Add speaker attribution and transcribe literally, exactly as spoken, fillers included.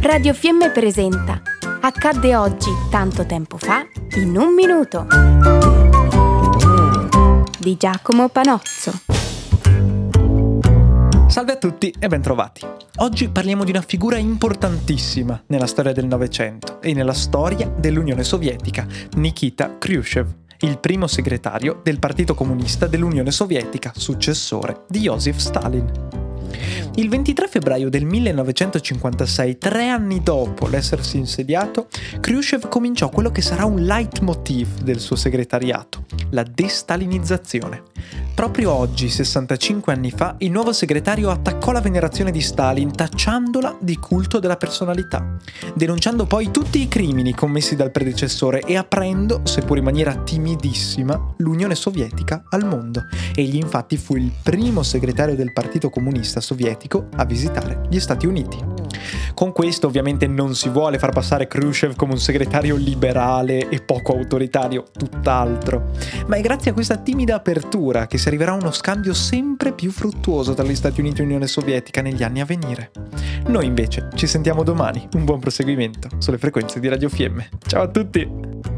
Speaker 1: Radio Fiemme presenta Accadde oggi, tanto tempo fa, in un minuto di Giacomo Panozzo.
Speaker 2: Salve a tutti e bentrovati. Oggi parliamo di una figura importantissima nella storia del Novecento e nella storia dell'Unione Sovietica, Nikita Khrushchev, il primo segretario del Partito Comunista dell'Unione Sovietica, successore di Joseph Stalin. Il ventitré febbraio del millenovecentocinquantasei, tre anni dopo l'essersi insediato, Khrushchev cominciò quello che sarà un leitmotiv del suo segretariato, la destalinizzazione. Proprio oggi, sessantacinque anni fa, il nuovo segretario attaccò la venerazione di Stalin tacciandola di culto della personalità, denunciando poi tutti i crimini commessi dal predecessore e aprendo, seppur in maniera timidissima, l'Unione Sovietica al mondo. Egli infatti fu il primo segretario del Partito Comunista Sovietico a visitare gli Stati Uniti. Con questo ovviamente non si vuole far passare Khrushchev come un segretario liberale e poco autoritario, tutt'altro, ma è grazie a questa timida apertura che si arriverà a uno scambio sempre più fruttuoso tra gli Stati Uniti e l'Unione Sovietica negli anni a venire. Noi invece ci sentiamo domani, un buon proseguimento sulle frequenze di Radio Fiemme. Ciao a tutti!